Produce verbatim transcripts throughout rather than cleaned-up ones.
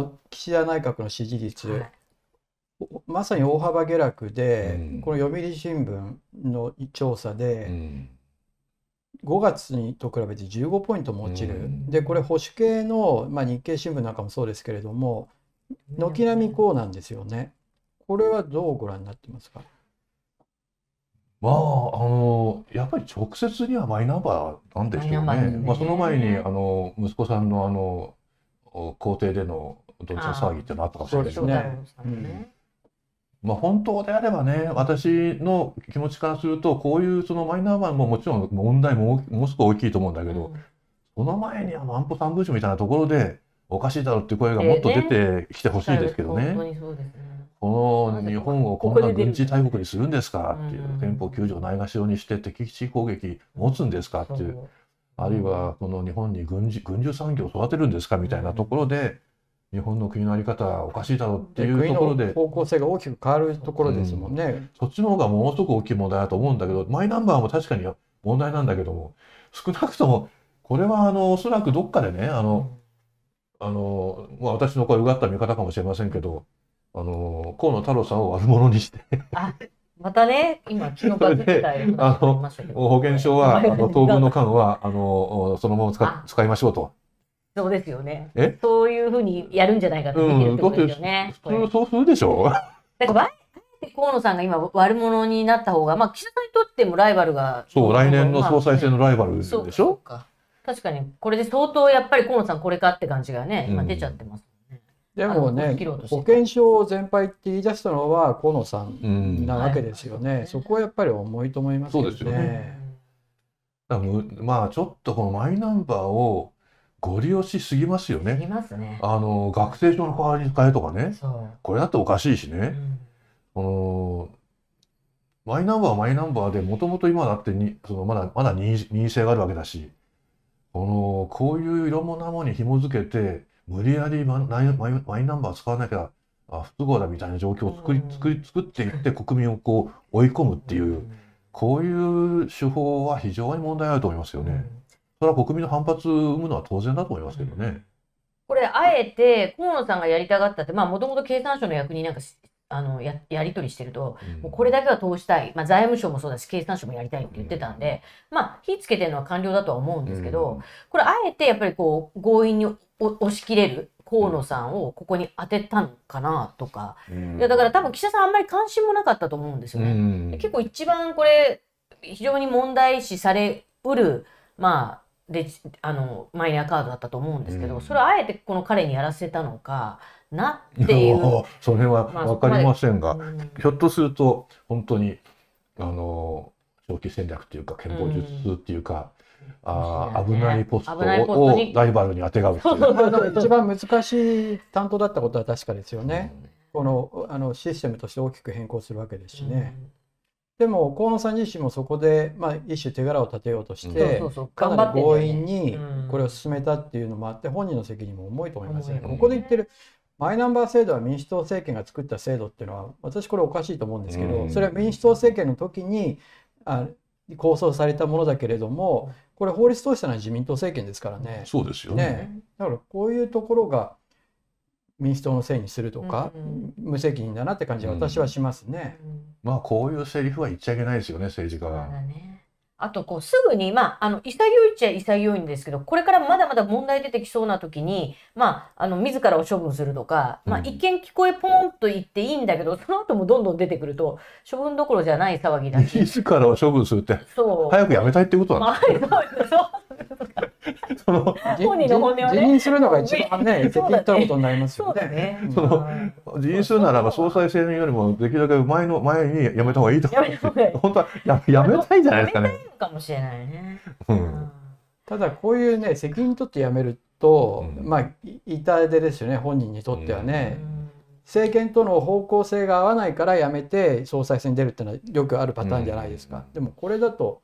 も岸田内閣の支持率、 はいまさに大幅下落で、 うんこの読売新聞の調査うで、 んごがつにと比べてじゅうごポイントも落ちる、 うんでこれ保守系の、まあ、日経新聞なんかもそうですけれども、軒並みこうなんですよね。これはどうご覧になってますか？ まあ、あのやっぱり直接にはマイナンバーなんでしょうマイナンバーね。 ですねまあ、その前にあの息子さんのあのお公邸でのどんちゃん騒ぎっていうのあったかもしれないですそうね。 ですねまあ、本当であればね、私の気持ちからすると、こういうそのマイナンバーももちろん問題もものすごく大きいと思うんだけど、その前にあの安保三文書みたいなところでおかしいだろうっていう声がもっと出てきてほしいですけどね。 本当にそうですね。 この日本をこんな軍事大国にするんですかっていううん憲法きゅう条ないがしろにして敵基地攻撃持つんですかっていう、あるいはこの日本に軍事軍需産業を育てるんですかみたいなところで、日本の国の在り方はおかしいだろうっていうところで、 国の方向性が大きく変わるところですもんね。 そっちの方がものすごく大きい問題だと思うんだけど、マイナンバーも確かに問題なんだけども、少なくともこれはあのおそらくどっかでね、あの、あのまあ、私のこれうがった見方かもしれませんけど、あの河野太郎さんを悪者にしてあ、またね、今昨日バズってたような話ありましたけど、 保険証はあの当分の間はあのそのまま使あ使いましょうと。 そうですよね。 えそういうふうにやるんじゃないかと見てるってことですよね。 普通そうするでしょ。 だからあえて河野さんが今悪者になった方が、まあ岸田さんにとってもライバルがそう来年の総裁選のライバルでしそうかそうょ。 か確かにこれで相当やっぱり河野さんこれかって感じがね、今出ちゃってますもんね。 でもねあの切ろうとして保険証全廃って言い出したのは河野さんうんなわけですよね。 はいそこはやっぱり重いと思いますけどそうですよね。 だからむまあちょっとこのマイナンバーをご利用しすぎますよいね。 ますね。 あの学生証の代わりに使えとかね。 そこれだっておかしいしう。うね。 んこのマイナンバーはマイナンバーでもともと今だってにそのまだまだ任意任意性があるわけだし、このこういういろんなものに紐づけて無理やりマイマイマイナンバー使わなきゃあ不都合だみたいな状況を作りうん作り作っていって国民をこう追い込むっていうこういう手法は非常に問題あると思いますよね。それは国民の反発を生むのは当然だと思いますけどね。 これあえて河野さんがやりたがったって、まあもともと経産省の役になんかしあのややり取りしてると、 うんもうこれだけは通したい、まあ、財務省もそうだし経産省もやりたいって言ってたんで、まあ火つけてるのは官僚だとは思うんですけど、 うんこれあえてやっぱりこう強引にお押し切れる河野さんをここに当てたのかなとか、 うんいやだから多分岸田さんあんまり関心もなかったと思うんですよね。 うん結構一番これ非常に問題視されうるまあであのマイナーカードだったと思うんですけど、 うんそれをあえてこの彼にやらせたのかなっていう。 その辺はまあ分かりませんが、 うんひょっとすると本当にあの長期戦略っていうか憲法術っていうか、あー危ないポスト危ないポストをにライバルにあてがうっていう。 そうそうあの一番難しい担当だったことは確かですよね。 うんこのあのシステムとして大きく変更するわけですしね。 うんでも河野さん自身もそこで、まあ、一種手柄を立てようとして、 そうそうそうかなり強引にうんこれを進めたっていうのもあって本人の責任も重いと思いますね。 重いここで言ってるマイナンバー制度は民主党政権が作った制度っていうのは私これおかしいと思うんですけど、 うんそれは民主党政権の時にあ構想されたものだけれども、これ法律通したのは自民党政権ですからね。 そうですよね。 ねだからこういうところが民主党のせいにするとか、 うん無責任だなって感じは私はしますね。 まあこういうセリフは言っちゃいけないですよね、政治家そうは。 だね。あとこうすぐに、まあ、あの潔いっちゃ潔いんですけど、これからまだまだ問題出てきそうな時に、まあ、あの自らを処分するとか、まあ、 うん一見聞こえポンと言っていいんだけど、その後もどんどん出てくると処分どころじゃない騒ぎだし、 自らを処分するってそう早くやめたいってことなんまあ、そうそうそのじ本人の本音はね辞任するのが一番ね、責そうだね任取ることになりますそうだよね。 ね。 そのまあ辞任するならば総裁選よりもできるだけ前の前にやめた方がいいと。 やめた方がいい本当はややめたいんじゃないですかね。 かもしれないね。 うんただこういうね、責任取って辞めると、 うんまあい痛手ですよね、本人にとってはね。 うん政権との方向性が合わないから辞めて総裁選に出るっていうのはよくあるパターンじゃないですか。 うんでもこれだと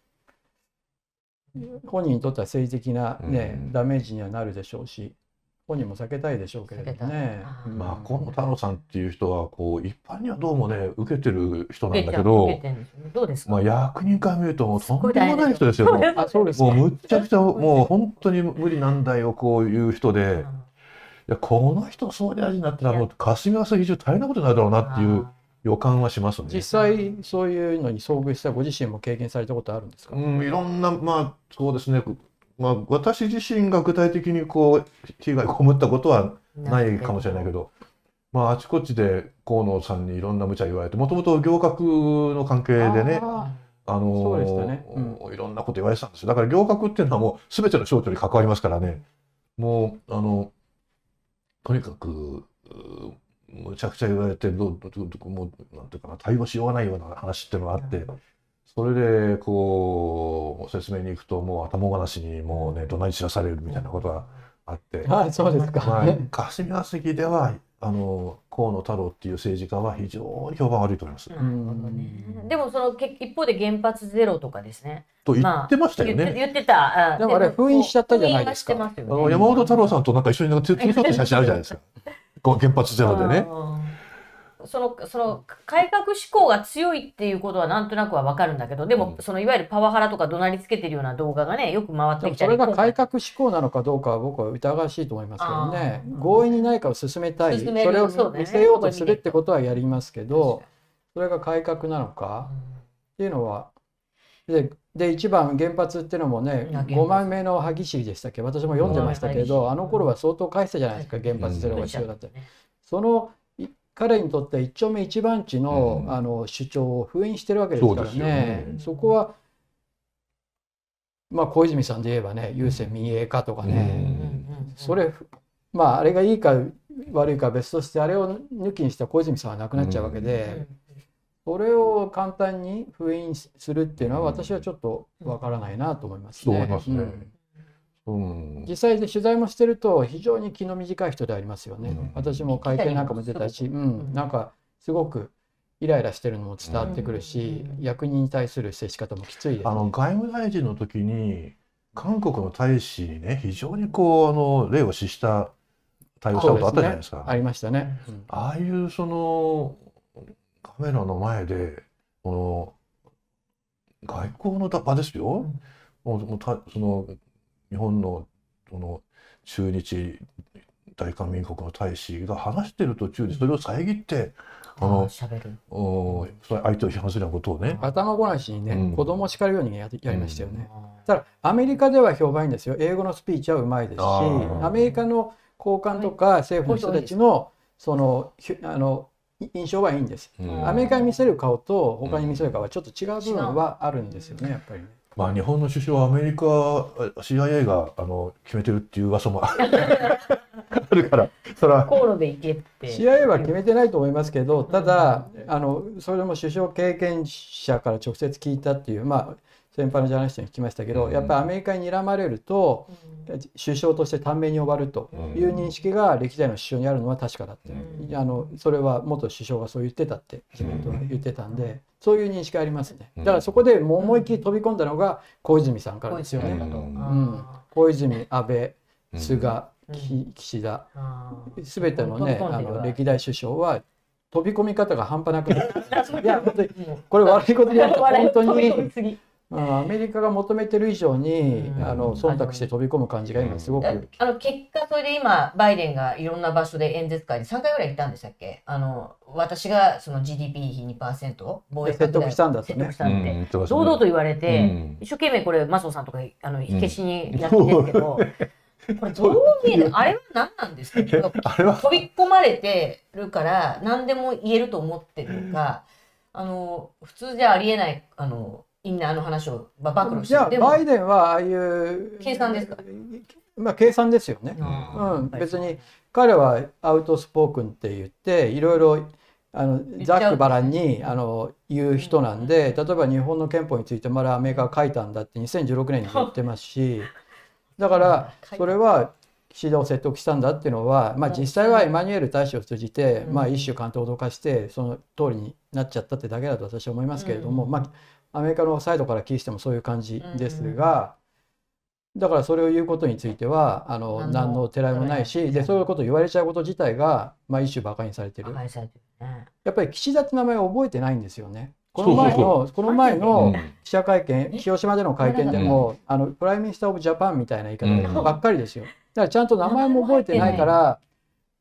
本人にとっては政治的なね、 うんダメージにはなるでしょうし、本人も避けたいでしょうけれどもね。 避けたいうんまあ河野太郎さんっていう人はこう一般にはどうもね受けてる人なん受けちゃうだけど受け、てんですよねどうですか。 まあ役人から見るともうとんでもない人ですよ。もうあ、そうですか。 もうむっちゃくちゃもう本当に無理難題をこういう人で。 やこの人総理大臣になったらもう霞が関非常に大変なことになるだろうなっていう予感はしますね。 実際そういうのに遭遇したご自身も経験されたことあるんですか？ うん、いろんな、まあそうですね、まあ、私自身が具体的にこう被害を被ったことはないかもしれないけど、まあ、あちこちで河野さんにいろんな無茶言われて、もともと行革の関係でね、 ああのそうでしたねーいろんなこと言われてたんですよ。だから行革っていうのはもう全ての省庁に関わりますからね、もうあのとにかくうむちゃくちゃ言われて、どうどうどうもうなんていうかな、対応しようがないような話っていうのがあって、それでこう説明に行くともう頭ごなしにもうね怒鳴り散らされるみたいなことがあって、 あ、そうですか。 まあ、霞が関ではあの河野太郎っていう政治家は非常に評判悪いと思います。 なるほどね。でもそのけ一方で原発ゼロとかですね。 と言ってましたよね。 言って、言ってた。あでもあれ封印しちゃったじゃないですか。 封印はしてますあのよね。 山本太郎さんとなんか一緒になんかツーショット写真あるじゃないですか。この原発ゼロでね。 うんそのその改革志向が強いっていうことはなんとなくは分かるんだけど、でも、 うんそのいわゆるパワハラとか怒鳴りつけてるような動画がねよく回ってきたり、 でもそれが今回改革志向なのかどうかは僕は疑わしいと思いますけどね。 あー強引に何かを進めたい、 進めるそれをそうだね見せようとするってことはやりますけど、それが改革なのかっていうのは。で、で一番原発っていうのもね、 あ原発ごまいめの萩市でしたっけ、私も読んでましたけど、 うんあの頃は相当返したじゃないですか、原発ゼロが必要だって。そのい彼にとって一丁目一番地の、 うんあの主張を封印してるわけですからそうですよね。 ねそこはまあ小泉さんで言えばね、郵政民営化とかね、それまああれがいいか悪いかは別として、あれを抜きにした小泉さんはなくなっちゃうわけで、それを簡単に封印するっていうのは私はちょっとわからないなと思いますそうね。 思いますね。 うんうん実際で取材もしてると非常に気の短い人でありますよね。 うん私も会見なんかも出たし、うん、なんかすごくイライラしてるのも伝わってくるし、 うん役人に対する接し方もきついですあのね。 外務大臣の時に韓国の大使にね非常にこうあの礼を視した対応したことあったじゃないですか。 ありましたね。うんああいうそのカメラの前でこの外交の場ですよ、もうもうたその日本のその駐日大韓民国の大使が話してる途中でそれを遮ってあの喋る。 おそれ相手を批判するようなことをね、 頭ごなしにね、 うん子供を叱るようにややりましたよね。 あただアメリカでは評判いいんですよ。英語のスピーチはうまいですし、 あーアメリカの高官とか政府の人たちのそのひあの印象はいいんです。 うんアメリカに見せる顔と他に見せる顔はちょっと違う部分はあるんですよね、やっぱりね。 まあ日本の首相はアメリカ シーアイエー があの決めてるっていう噂もあるから、それは航路で行けって。 シーアイエー は決めてないと思いますけど、ただあのそれも首相経験者から直接聞いたっていう、まあ先輩のジャーナリストに聞きましたけど、 うんやっぱりアメリカに睨まれると首相として短命に終わるという認識が歴代の首相にあるのは確かだって、 うんあのそれは元首相がそう言ってたって自民党は言ってたんで、そういう認識ありますね。だからそこでもう思いっきり飛び込んだのが小泉さんからですよね。 うんうん小泉、安倍、菅、き岸田、すべてのね、あの歴代首相は飛び込み方が半端なくて、いや本当にこれ悪いことじゃなくて本当に。うんアメリカが求めてる以上に、 うんあの忖度して飛び込む感じが今すごく、 あの結果それで今バイデンがいろんな場所で演説会でさんかいぐらい行ったんでしたっけ？あの私がその ジーディーピー 比 にパーセント 防衛説得したんだとね説得したんで、 うん言ってましたね堂々と言われて、 うん一生懸命これ麻生さんとかあの火消しにやってるんですけど、これどう見えるあれは何なんですか？ あれは飛び込まれてるから何でも言えると思ってるのか、あの普通じゃありえないあのインナーの話を暴露してじゃある。でもバイデンはああいう計算ですか？ まあ計算ですよね。 うんうん、別に彼はアウトスポークンって言っていろいろあのざっくばらんにあの言う人なんで、例えば日本の憲法についてまだアメリカが書いたんだってにせんじゅうろくねんに言ってますし、だからそれは岸田を説得したんだっていうのは、まあ、実際はエマニュエル大使を通じて、まあ、一種官邸を脅かしてその通りになっちゃったってだけだと私は思いますけれども、まあ、アメリカのサイドから聞いてもそういう感じですが、だからそれを言うことについてはあの何のてらいもないし、でそういうことを言われちゃうこと自体が、まあ、一種馬鹿にされてる。やっぱり岸田って名前を覚えてないんですよね。この前のこの前の記者会見、広島での会見でも、あのプライムミニスター・オブ・ジャパンみたいな言い方ばっかりですよ。だからちゃんと名前も覚えてないから、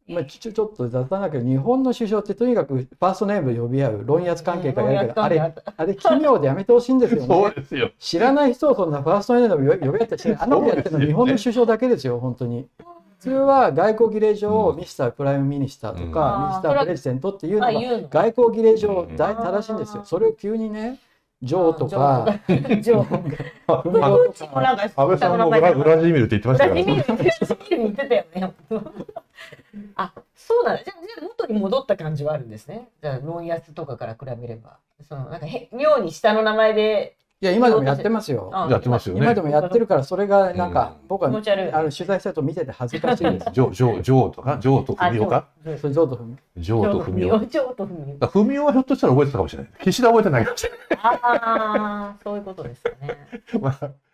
まあ、ちょちょっと雑談だけど日本の首相ってとにかくファーストネームで呼び合う論圧関係からやるけど、あれあれ奇妙でやめてほしいんですよそうね。 ですよ。 知らない人をそんなファーストネームで呼び合ってしない。あの子やってるの日本の首相だけですよ本当に。普通は外交儀礼上、 うんミスタープライムミニスターとうんか、ミスタープレジデントっていうのがあ言うの外交儀礼上うん大正しいんですよ。それを急にね、ジョーとか、 ジョーあ文あ豪とかもなんか安倍さんもブラブラジミルって言ってましたよブラジミル、ブラジミルに似てたよね。あ、そうなんだ。じゃあ、じゃあ元に戻った感じはあるんですね。じゃあ、ロンヤスとかから比べれば。その、なんかへ、妙に下の名前で。 いや今でもやってますよ。 あやってますよね。 今でもやってるからそれがなんかうん僕は気持ち悪いあの取材したと見てて恥ずかしいです。 ジョジョジョーとかジョーとあ文雄かジョーそれどうぞ。 ジョーと文雄。だかジョーと文雄。 ら文雄はひょっとしたら覚えてたかもしれない。岸田覚えてないかもしれああ、そういうことですかね。 ない。まあ